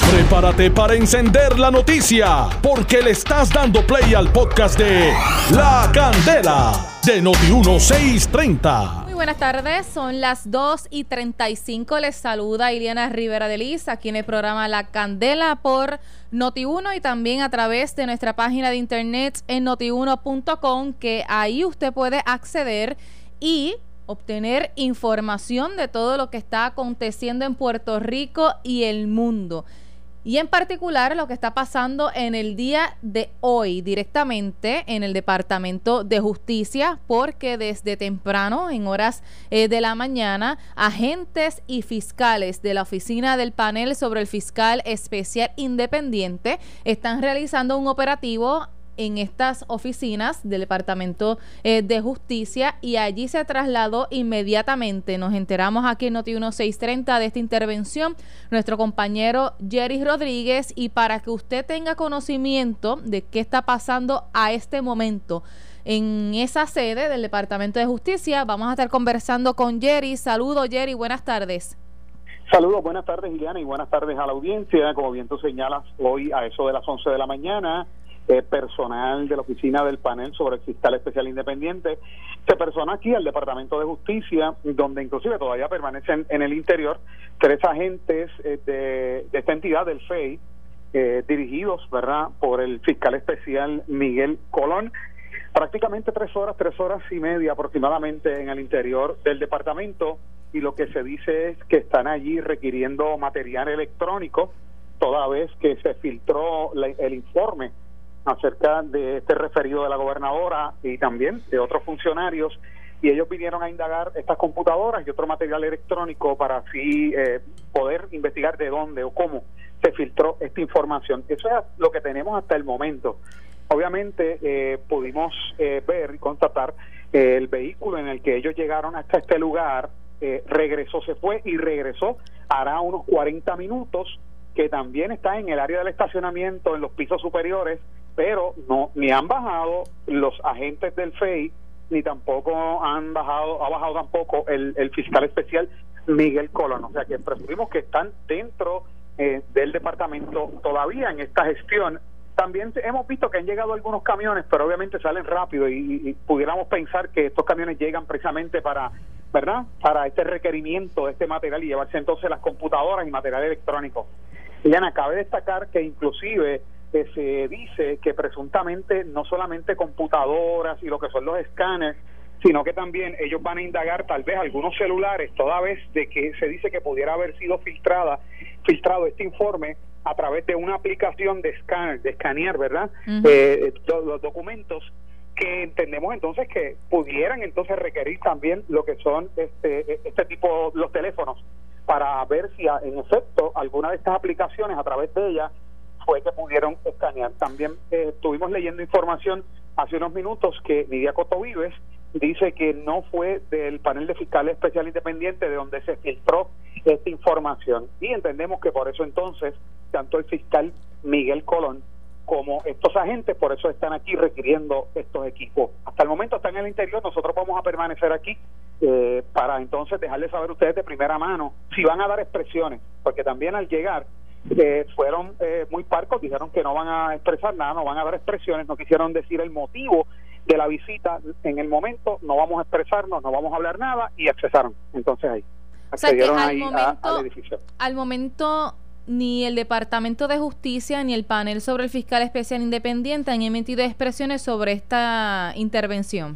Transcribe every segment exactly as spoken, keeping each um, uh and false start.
Prepárate para encender la noticia, porque le estás dando play al podcast de La Candela de Noti uno seiscientos treinta. Muy buenas tardes, son las dos y treinta y cinco. Les saluda Iliana Rivera de Liz, aquí en el programa La Candela por Noti uno y también a través de nuestra página de internet en noti uno punto com, que ahí usted puede acceder y obtener información de todo lo que está aconteciendo en Puerto Rico y el mundo. Y en particular lo que está pasando en el día de hoy directamente en el Departamento de Justicia, porque desde temprano, en horas eh, de la mañana, agentes y fiscales de la Oficina del Panel sobre el Fiscal Especial Independiente están realizando un operativo en estas oficinas del Departamento eh, de Justicia, y allí se trasladó inmediatamente, nos enteramos aquí en Noti uno seiscientos treinta de esta intervención, nuestro compañero Jerry Rodríguez, y para que usted tenga conocimiento de qué está pasando a este momento en esa sede del Departamento de Justicia, vamos a estar conversando con Jerry. Saludos, Jerry, buenas tardes. Saludos, buenas tardes, Iliana, y buenas tardes a la audiencia. Como bien tú señalas, hoy a eso de las once de la mañana, Eh, personal de la Oficina del Panel sobre el Fiscal Especial Independiente se persona aquí al Departamento de Justicia, donde inclusive todavía permanecen en el interior tres agentes eh, de, de esta entidad del F E I, eh, dirigidos, ¿verdad?, por el Fiscal Especial Miguel Colón. Prácticamente tres horas, tres horas y media aproximadamente en el interior del departamento, y lo que se dice es que están allí requiriendo material electrónico, toda vez que se filtró la, el informe acerca de este referido de la gobernadora y también de otros funcionarios, y ellos vinieron a indagar estas computadoras y otro material electrónico para así eh, poder investigar de dónde o cómo se filtró esta información. Eso es lo que tenemos hasta el momento. Obviamente eh, pudimos eh, ver y constatar eh, el vehículo en el que ellos llegaron hasta este lugar, eh, regresó, se fue y regresó hará unos cuarenta minutos, que también está en el área del estacionamiento en los pisos superiores, pero no ni han bajado los agentes del F E I, ni tampoco han bajado, ha bajado tampoco el, el fiscal especial Miguel Colón. O sea que presumimos que están dentro eh, del departamento todavía en esta gestión. También hemos visto que han llegado algunos camiones, pero obviamente salen rápido, y, y pudiéramos pensar que estos camiones llegan precisamente para, ¿verdad?, para este requerimiento de este material y llevarse entonces las computadoras y material electrónico. Diana, cabe destacar que inclusive eh, se dice que presuntamente no solamente computadoras y lo que son los escáneres, sino que también ellos van a indagar tal vez algunos celulares, toda vez de que se dice que pudiera haber sido filtrada, filtrado este informe a través de una aplicación de escáner, de escanear, ¿verdad? Uh-huh. eh, los documentos, que entendemos entonces que pudieran entonces requerir también lo que son este este tipo, los teléfonos, para ver si en efecto alguna de estas aplicaciones, a través de ellas, fue que pudieron escanear. También eh, estuvimos leyendo información hace unos minutos que Nidia Coto Vives dice que no fue del panel de fiscales especial independiente de donde se filtró esta información, y entendemos que por eso entonces tanto el fiscal Miguel Colón como estos agentes, por eso están aquí requiriendo estos equipos. Hasta el momento están en el interior, nosotros vamos a permanecer aquí eh, para entonces dejarles saber a ustedes de primera mano si van a dar expresiones, porque también al llegar eh, fueron eh, muy parcos, dijeron que no van a expresar nada, no van a dar expresiones, no quisieron decir el motivo de la visita en el momento, no vamos a expresarnos, no vamos a hablar nada, y accesaron entonces ahí, accedieron, o sea, que al ahí momento, a, al edificio. Al momento ni el Departamento de Justicia ni el panel sobre el Fiscal Especial Independiente han emitido expresiones sobre esta intervención.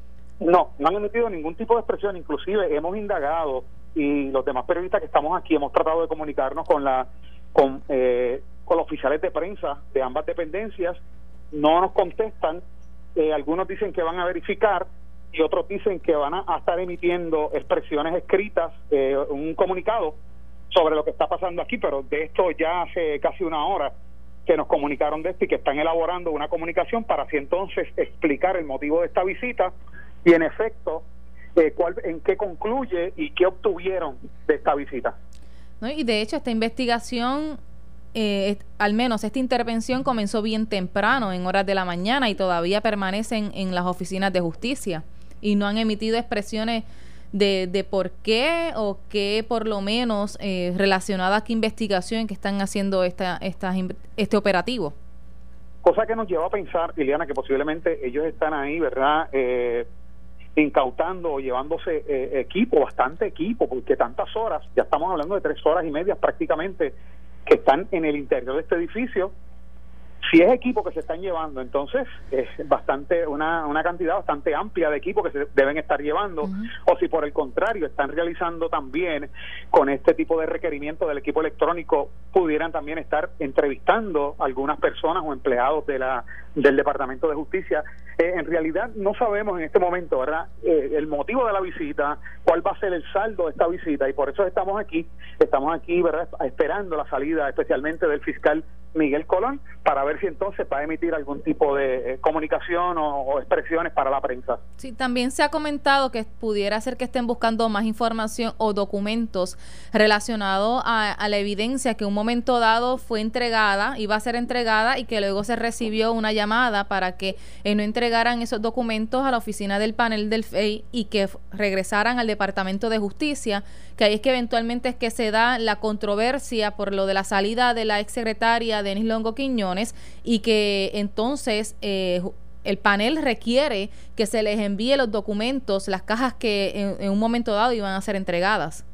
No, no han emitido ningún tipo de expresión. Inclusive hemos indagado, y los demás periodistas que estamos aquí hemos tratado de comunicarnos con la con, eh, con los oficiales de prensa de ambas dependencias. No nos contestan. Eh, algunos dicen que van a verificar y otros dicen que van a, a estar emitiendo expresiones escritas, eh, un comunicado sobre lo que está pasando aquí, pero de esto ya hace casi una hora que nos comunicaron de esto, y que están elaborando una comunicación para así entonces explicar el motivo de esta visita y en efecto eh, cuál, en qué concluye y qué obtuvieron de esta visita. No, y de hecho esta investigación, eh, al menos esta intervención comenzó bien temprano, en horas de la mañana, y todavía permanecen en las oficinas de justicia y no han emitido expresiones de, de por qué o qué por lo menos eh, relacionada a qué investigación que están haciendo esta, esta, este operativo. Cosa que nos lleva a pensar, Ileana, que posiblemente ellos están ahí, ¿verdad?, Eh, incautando o llevándose eh, equipo, bastante equipo, porque tantas horas, ya estamos hablando de tres horas y media prácticamente, que están en el interior de este edificio. Si es equipo que se están llevando, entonces es bastante una, una cantidad bastante amplia de equipo que se deben estar llevando, uh-huh. o si por el contrario están realizando también con este tipo de requerimiento del equipo electrónico, pudieran también estar entrevistando a algunas personas o empleados de la del Departamento de Justicia. Eh, en realidad no sabemos en este momento, ¿verdad?, eh, el motivo de la visita, cuál va a ser el saldo de esta visita, y por eso estamos aquí, estamos aquí, ¿verdad?, esperando la salida especialmente del fiscal Miguel Colón, para ver si entonces va a emitir algún tipo de eh, comunicación o, o expresiones para la prensa. Sí, también se ha comentado que pudiera ser que estén buscando más información o documentos relacionados a, a la evidencia que un momento dado fue entregada, iba a ser entregada y que luego se recibió una llamada para que eh, no entregaran esos documentos a la oficina del panel del F E I y que f- regresaran al Departamento de Justicia, que ahí es que eventualmente es que se da la controversia por lo de la salida de la exsecretaria Denis Longo Quiñones, y que entonces eh, el panel requiere que se les envíe los documentos, las cajas que en, en un momento dado iban a ser entregadas.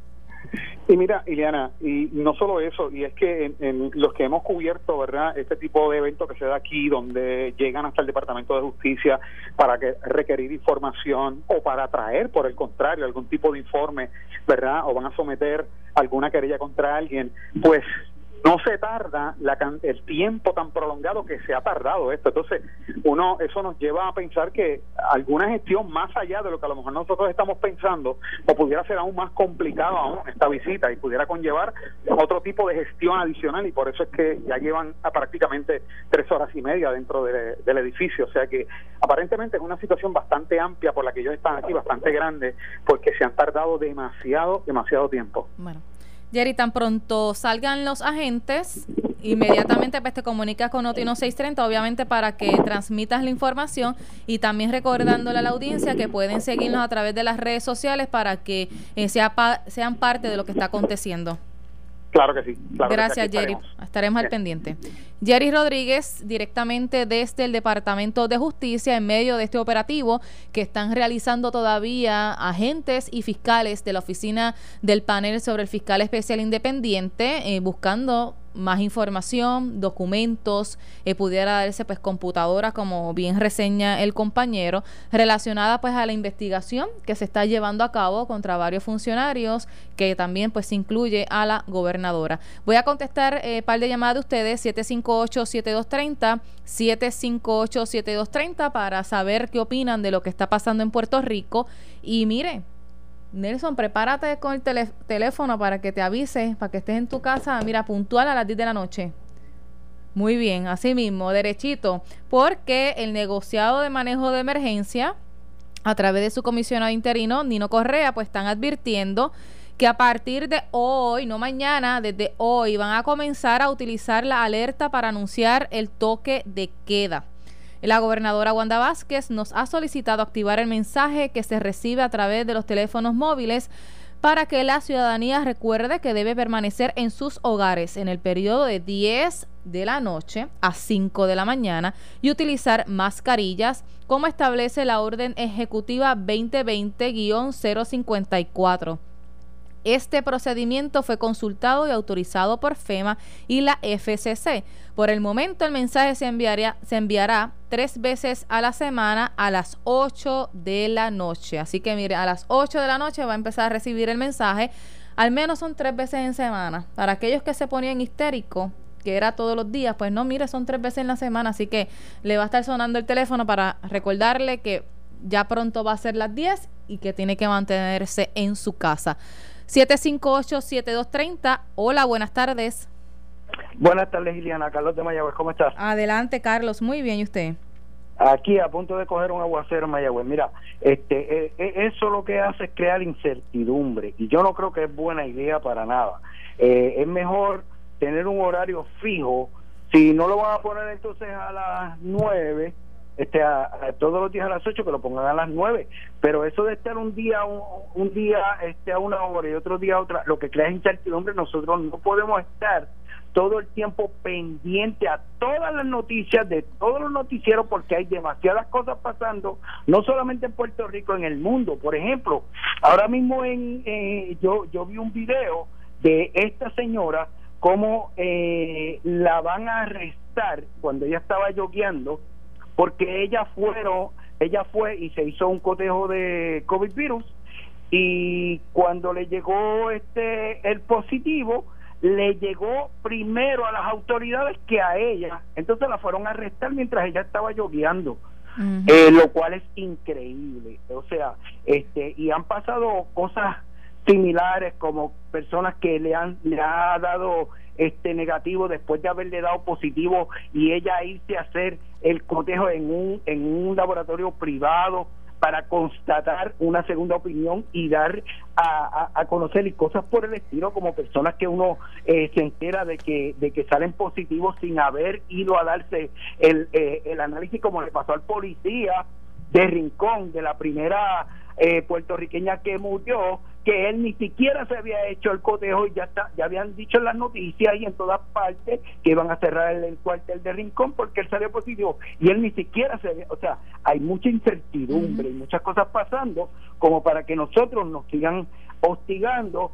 Y mira, Ileana, y no solo eso, y es que en, en los que hemos cubierto, ¿verdad?, este tipo de evento que se da aquí, donde llegan hasta el Departamento de Justicia para que requerir información o para traer, por el contrario, algún tipo de informe, ¿verdad?, o van a someter alguna querella contra alguien, pues no se tarda la, el tiempo tan prolongado que se ha tardado esto. Entonces, uno eso nos lleva a pensar que alguna gestión más allá de lo que a lo mejor nosotros estamos pensando, o pudiera ser aún más complicado aún esta visita y pudiera conllevar otro tipo de gestión adicional, y por eso es que ya llevan a prácticamente tres horas y media dentro de, del edificio. O sea que aparentemente es una situación bastante amplia por la que ellos están aquí, bastante grande, porque se han tardado demasiado, demasiado tiempo. Bueno, Jerry, tan pronto salgan los agentes, inmediatamente pues te comunicas con Noti uno seis treinta, obviamente para que transmitas la información, y también recordándole a la audiencia que pueden seguirnos a través de las redes sociales para que eh, sea pa- sean parte de lo que está aconteciendo. Claro que sí. Claro Gracias, que sí, Jerry. estaremos, estaremos al pendiente. Jerry Rodríguez, directamente desde el Departamento de Justicia, en medio de este operativo que están realizando todavía agentes y fiscales de la oficina del panel sobre el fiscal especial independiente, eh, buscando más información, documentos, eh, pudiera darse pues computadoras, como bien reseña el compañero, relacionada pues a la investigación que se está llevando a cabo contra varios funcionarios, que también pues incluye a la gobernadora. Voy a contestar eh, par de llamadas de ustedes, siete cinco ocho, siete dos tres cero, siete cinco ocho, siete dos tres cero, para saber qué opinan de lo que está pasando en Puerto Rico. Y mire, Nelson, prepárate con el tele- teléfono para que te avise, para que estés en tu casa, mira, puntual a las diez de la noche. Muy bien, así mismo, derechito, porque el negociado de manejo de emergencia, a través de su comisionado interino, Nino Correa, pues están advirtiendo que a partir de hoy, no mañana, desde hoy, van a comenzar a utilizar la alerta para anunciar el toque de queda. La gobernadora Wanda Vázquez nos ha solicitado activar el mensaje que se recibe a través de los teléfonos móviles para que la ciudadanía recuerde que debe permanecer en sus hogares en el periodo de diez de la noche a cinco de la mañana y utilizar mascarillas, como establece la Orden Ejecutiva veinte veinte guión cero cincuenta y cuatro. Este procedimiento fue consultado y autorizado por FEMA y la F C C. Por el momento, el mensaje se enviará, se enviará tres veces a la semana a las ocho de la noche. Así que mire, a las ocho de la noche va a empezar a recibir el mensaje. Al menos son tres veces en semana. Para aquellos que se ponían histéricos, que era todos los días, pues no, mire, son tres veces en la semana. Así que le va a estar sonando el teléfono para recordarle que ya pronto va a ser las diez y que tiene que mantenerse en su casa. siete cinco ocho, siete dos tres cero. Hola, buenas tardes. Buenas tardes, Iliana. Carlos de Mayagüez, ¿cómo estás? Adelante, Carlos. Muy bien, ¿y usted? Aquí a punto de coger un aguacero en Mayagüez. Mira, este, eh, eh, eso lo que hace es crear incertidumbre, y yo no creo que es buena idea para nada. Eh, es mejor tener un horario fijo. Si no lo van a poner entonces a las nueve, este a, a todos los días a las ocho, que lo pongan a las nueve, pero eso de estar un día un, un día este a una hora y otro día a otra, lo que crea es incertidumbre. Nosotros no podemos estar todo el tiempo pendiente a todas las noticias de todos los noticieros, porque hay demasiadas cosas pasando, no solamente en Puerto Rico, en el mundo. Por ejemplo, ahora mismo en eh, yo yo vi un video de esta señora cómo eh, la van a arrestar cuando ella estaba yogueando, porque ella fueron ella fue y se hizo un cotejo de COVID virus, y cuando le llegó este el positivo, le llegó primero a las autoridades que a ella. Entonces la fueron a arrestar mientras ella estaba yogueando. Uh-huh. eh, lo cual es increíble. O sea, este y han pasado cosas similares, como personas que le han le ha dado este negativo después de haberle dado positivo, y ella irse a hacer el cotejo en un en un laboratorio privado para constatar una segunda opinión y dar a, a, a conocer y cosas por el estilo, como personas que uno eh, se entera de que de que salen positivos sin haber ido a darse el, eh, el análisis, como le pasó al policía de Rincón, de la primera eh, puertorriqueña que murió, que él ni siquiera se había hecho el cotejo, y ya está, ya habían dicho en las noticias y en todas partes que iban a cerrar el, el cuartel de Rincón porque él salió positivo, y él ni siquiera se había, o sea, hay mucha incertidumbre y muchas cosas pasando como para que nosotros nos sigan hostigando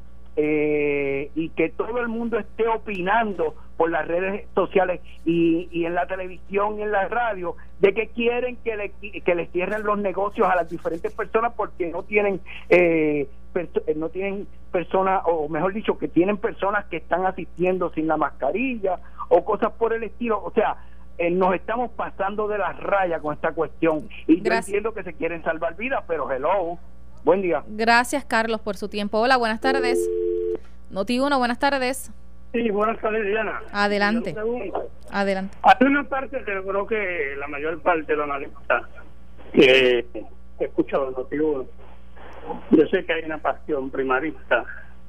eh, y que todo el mundo esté opinando por las redes sociales y, y en la televisión y en la radio de que quieren que le que les cierren los negocios a las diferentes personas porque no tienen eh, perso- no tienen personas, o mejor dicho, que tienen personas que están asistiendo sin la mascarilla o cosas por el estilo. O sea, eh, nos estamos pasando de las rayas con esta cuestión, y Gracias. Yo entiendo que se quieren salvar vidas, pero hello, buen día. Gracias, Carlos, por su tiempo. Hola, buenas tardes. Noti uno, buenas tardes. Sí, buenas tardes, Diana. Adelante. Adelante. Hay una parte que yo creo que la mayor parte de los analistas que he escuchado en Noti uno, yo sé que hay una pasión primarista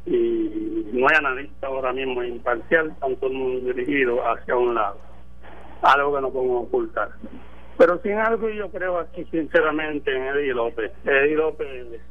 y no hay analista ahora mismo imparcial, están todo el mundo dirigido hacia un lado, algo que no podemos ocultar. Pero sin algo, yo creo aquí sinceramente en Eddie López. Eddie López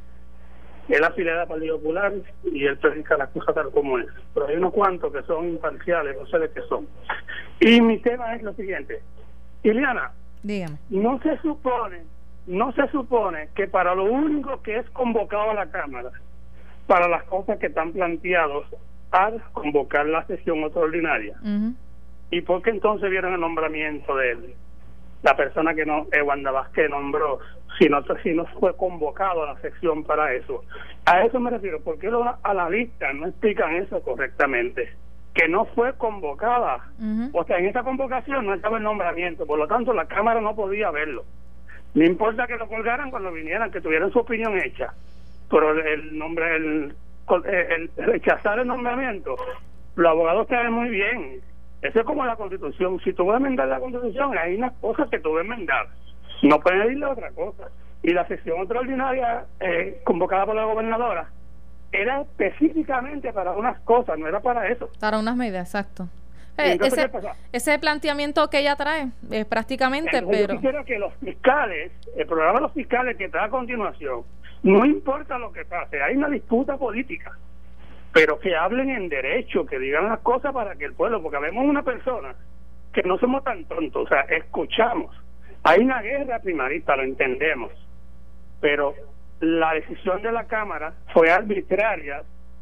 es la afiliada del Partido Popular y él predica las cosas tal como es, pero hay unos cuantos que son imparciales, no sé de qué son. Y mi tema es lo siguiente: Ileana, dígame, no se supone no se supone que para lo único que es convocado a la Cámara, para las cosas que están planteados, al convocar la sesión extraordinaria, uh-huh. ¿Y por qué entonces vieron el nombramiento de él? La persona que no, eh, Wanda Vázquez nombró, si no, si no fue convocado a la sección para eso. A eso me refiero, porque los analistas no explican eso correctamente, que no fue convocada. Uh-huh. O sea, en esa convocación no estaba el nombramiento, por lo tanto la Cámara no podía verlo. No importa que lo colgaran cuando vinieran, que tuvieran su opinión hecha, pero el, el nombre, el, el, el rechazar el nombramiento, los abogados saben muy bien. Eso es como la Constitución. Si tú vas a enmendar la Constitución, hay unas cosas que tú vas a enmendar, no puedes decirle otra cosa. Y la sesión extraordinaria eh, convocada por la gobernadora era específicamente para unas cosas, no era para eso. Para unas medidas, exacto. Eh, ese, ese planteamiento que ella trae es eh, prácticamente, Entonces, pero... Yo quisiera que los fiscales, el programa de los fiscales que está a continuación, no importa lo que pase, hay una disputa política, pero que hablen en derecho, que digan las cosas para que el pueblo, porque vemos una persona que no somos tan tontos, o sea, escuchamos. Hay una guerra primarista, lo entendemos, pero la decisión de la Cámara fue arbitraria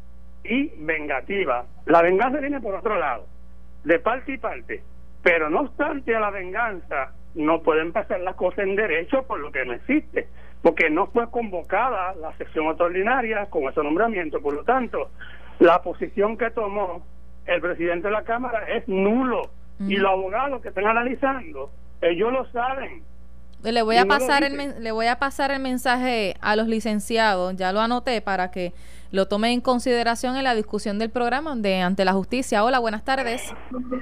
y vengativa. La venganza viene por otro lado, de parte y parte, pero no obstante a la venganza no pueden pasar las cosas en derecho por lo que no existe, porque no fue convocada la sesión extraordinaria con ese nombramiento. Por lo tanto, la posición que tomó el presidente de la Cámara es nulo, uh-huh. Y los abogados que están analizando, ellos lo saben. Le voy a pasar el men- le voy a pasar el mensaje a los licenciados, ya lo anoté para que lo tomen en consideración en la discusión del programa de ante la justicia. Hola, buenas tardes.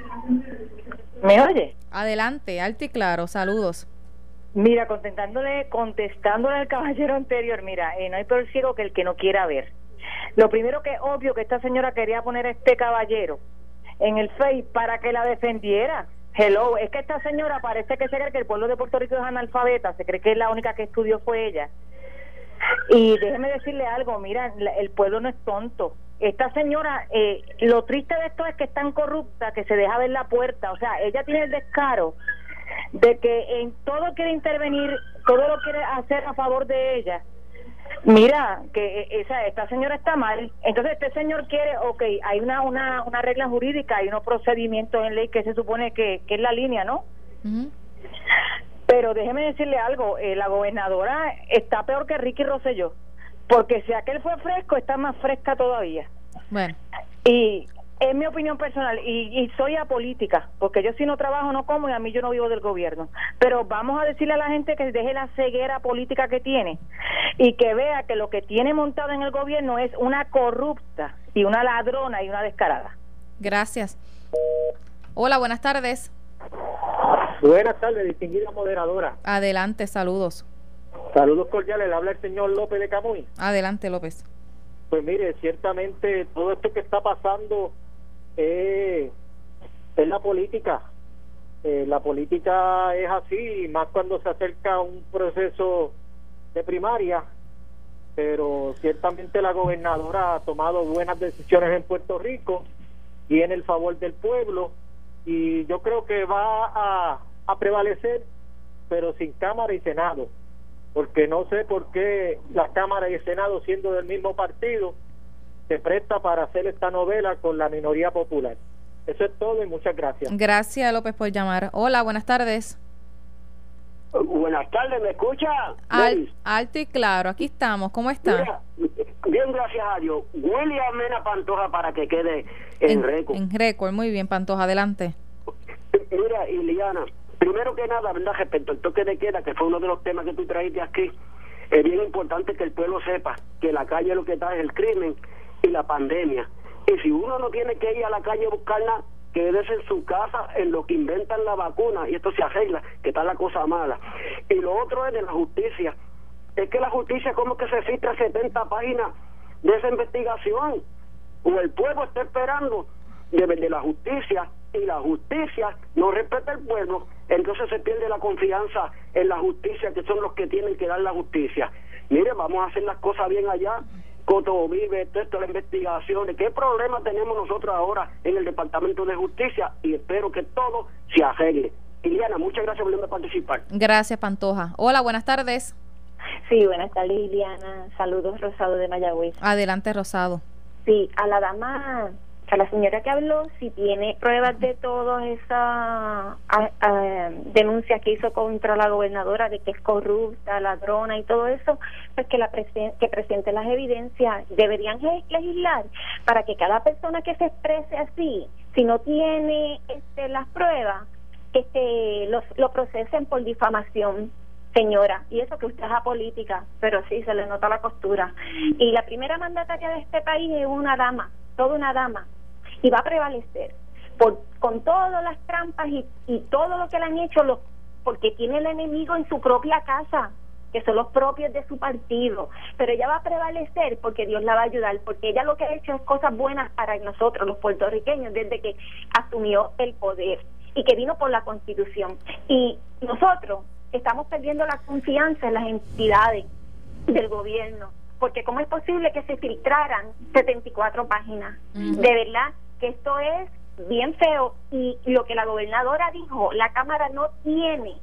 ¿Me oye? Adelante, alto y claro, saludos. Mira, contestándole, contestándole al caballero anterior, mira, eh, no hay peor ciego que el que no quiera ver. Lo primero que es obvio que esta señora quería poner a este caballero en el Face para que la defendiera, Hello, es que esta señora parece que se cree que el pueblo de Puerto Rico es analfabeta, se cree que la única que estudió fue ella. Y déjeme decirle algo, mira, la, el pueblo no es tonto. Esta señora, eh, lo triste de esto es que es tan corrupta que se deja ver la puerta, o sea, ella tiene el descaro de que en todo quiere intervenir, todo lo quiere hacer a favor de ella. Mira, que esa esta señora está mal. Entonces este señor quiere, ok, hay una una una regla jurídica, hay unos procedimientos en ley que se supone que, que es la línea, ¿no? Uh-huh. Pero déjeme decirle algo, eh, la gobernadora está peor que Ricky Rosselló, porque si aquel fue fresco, está más fresca todavía. Bueno. Y es mi opinión personal, y, y soy apolítica, porque yo si no trabajo no como y a mí yo no vivo del gobierno. Pero vamos a decirle a la gente que deje la ceguera política que tiene y que vea que lo que tiene montado en el gobierno es una corrupta y una ladrona y una descarada. Gracias. Hola, buenas tardes. Buenas tardes, distinguida moderadora. Adelante, saludos. Saludos cordiales, le habla el señor López de Camuy. Adelante, López. Pues mire, ciertamente todo esto que está pasando eh, es la política. Eh, la política es así, más cuando se acerca un proceso de primaria, pero ciertamente la gobernadora ha tomado buenas decisiones en Puerto Rico, tiene el favor del pueblo, y yo creo que va a, a prevalecer, pero sin Cámara y Senado, porque no sé por qué la Cámara y el Senado, siendo del mismo partido, se presta para hacer esta novela con la minoría popular. Eso es todo y muchas gracias. Gracias, López, por llamar. Hola, buenas tardes. Buenas tardes, ¿me escucha? Al, alto y claro, aquí estamos. ¿Cómo está? Mira, bien, gracias a Dios. William Mena Pantoja para que quede en, en récord. En récord, muy bien, Pantoja, adelante. Mira, Iliana, primero que nada, ¿verdad? Respecto al toque de queda, que fue uno de los temas que tú trajiste aquí, es bien importante que el pueblo sepa que la calle lo que está es el crimen y la pandemia. Y si uno no tiene que ir a la calle a buscarla, quédese en su casa en lo que inventan la vacuna y esto se arregla, que está la cosa mala. Y lo otro es de la justicia. Es que la justicia, como que se filtra setenta páginas de esa investigación, o el pueblo está esperando de, de la justicia, y la justicia no respeta al pueblo, entonces se pierde la confianza en la justicia, que son los que tienen que dar la justicia. Mire, vamos a hacer las cosas bien allá. Coto vive, todo esto, las investigaciones. ¿Qué problema tenemos nosotros ahora en el Departamento de Justicia? Y espero que todo se arregle. Iliana, muchas gracias por participar. Gracias, Pantoja. Hola, buenas tardes. Sí, buenas tardes, Iliana. Saludos, Rosado de Mayagüez. Adelante, Rosado. Sí, a la dama, a la señora que habló, si tiene pruebas de todas esas denuncias que hizo contra la gobernadora de que es corrupta, ladrona y todo eso, pues que la presen que presente las evidencias. Deberían legislar para que cada persona que se exprese así, si no tiene este, las pruebas, que este, los, lo procesen por difamación, señora. Y eso que usted es apolítica, pero sí, se le nota la costura. Y la primera mandataria de este país es una dama, toda una dama, y va a prevalecer por con todas las trampas y, y todo lo que le han hecho, los, porque tiene el enemigo en su propia casa, que son los propios de su partido, pero ella va a prevalecer porque Dios la va a ayudar, porque ella lo que ha hecho es cosas buenas para nosotros los puertorriqueños desde que asumió el poder y que vino por la Constitución. Y nosotros estamos perdiendo la confianza en las entidades del gobierno, porque ¿cómo es posible que se filtraran setenta y cuatro páginas? Uh-huh. De verdad que esto es bien feo, y lo que la gobernadora dijo, la Cámara no tiene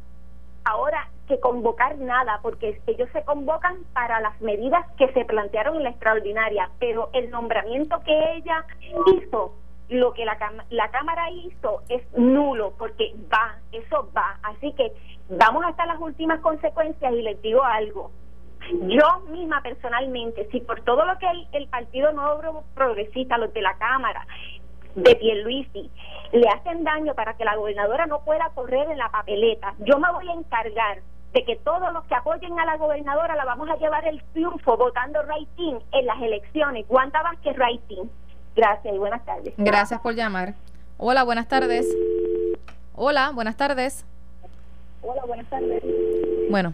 ahora que convocar nada, porque ellos se convocan para las medidas que se plantearon en la extraordinaria, pero el nombramiento que ella hizo, lo que la, la Cámara hizo es nulo, porque va, eso va, así que vamos hasta las últimas consecuencias. Y les digo algo, yo misma personalmente, si por todo lo que el, el Partido Nuevo Progresista, los de la Cámara, de Pierluisi, le hacen daño para que la gobernadora no pueda correr en la papeleta, yo me voy a encargar de que todos los que apoyen a la gobernadora la vamos a llevar el triunfo votando right-in en las elecciones. Wanda Vázquez, right-in. Gracias y buenas tardes. Gracias por llamar. Hola, buenas tardes. Hola, buenas tardes. Hola, buenas tardes. Bueno,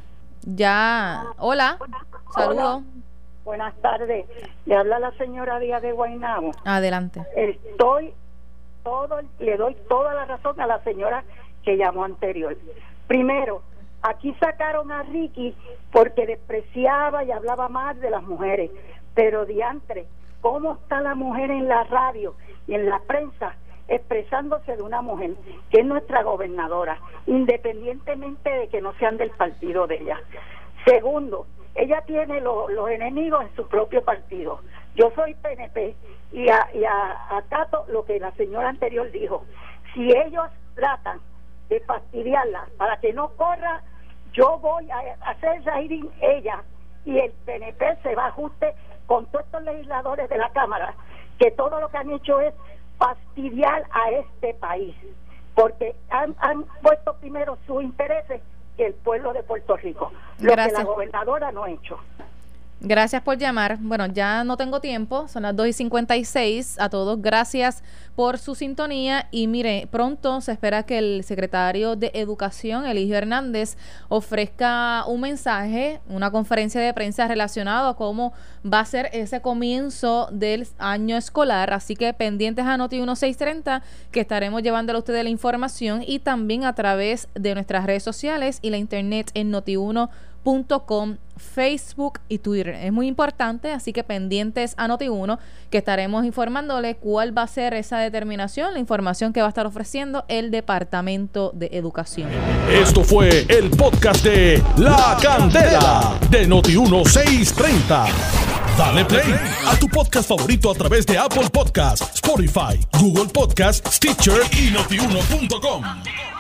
ya. Hola, saludos. Buenas tardes. Le habla la señora Díaz de Guaynabo. Adelante. Estoy todo, le doy toda la razón a la señora que llamó anterior. Primero, aquí sacaron a Ricky porque despreciaba y hablaba mal de las mujeres, pero diantre, ¿cómo está la mujer en la radio y en la prensa expresándose de una mujer que es nuestra gobernadora, independientemente de que no sean del partido de ella? Segundo, ella tiene lo, los enemigos en su propio partido. Yo soy P N P y, a, y a, acato lo que la señora anterior dijo. Si ellos tratan de fastidiarla para que no corra, yo voy a hacer hearing ella y el P N P se va a ajuste con todos estos legisladores de la Cámara, que todo lo que han hecho es fastidiar a este país, porque han, han puesto primero sus intereses que el pueblo de Puerto Rico, lo Gracias. que la gobernadora no ha hecho. Gracias por llamar. Bueno, ya no tengo tiempo, son las dos y cincuenta y seis. A todos, gracias por su sintonía. Y mire, pronto se espera que el secretario de Educación, Eligio Hernández, ofrezca un mensaje, una conferencia de prensa relacionado a cómo va a ser ese comienzo del año escolar. Así que pendientes a Noti uno seis treinta, que estaremos llevándole a ustedes la información, y también a través de nuestras redes sociales y la internet en noti uno punto com, Facebook y Twitter. Es muy importante, así que pendientes a Noti uno, que estaremos informándole cuál va a ser esa determinación, la información que va a estar ofreciendo el Departamento de Educación. Esto fue el podcast de La Candela de Noti uno seis treinta. Dale play a tu podcast favorito a través de Apple Podcasts, Spotify, Google Podcasts, Stitcher y Noti uno punto com.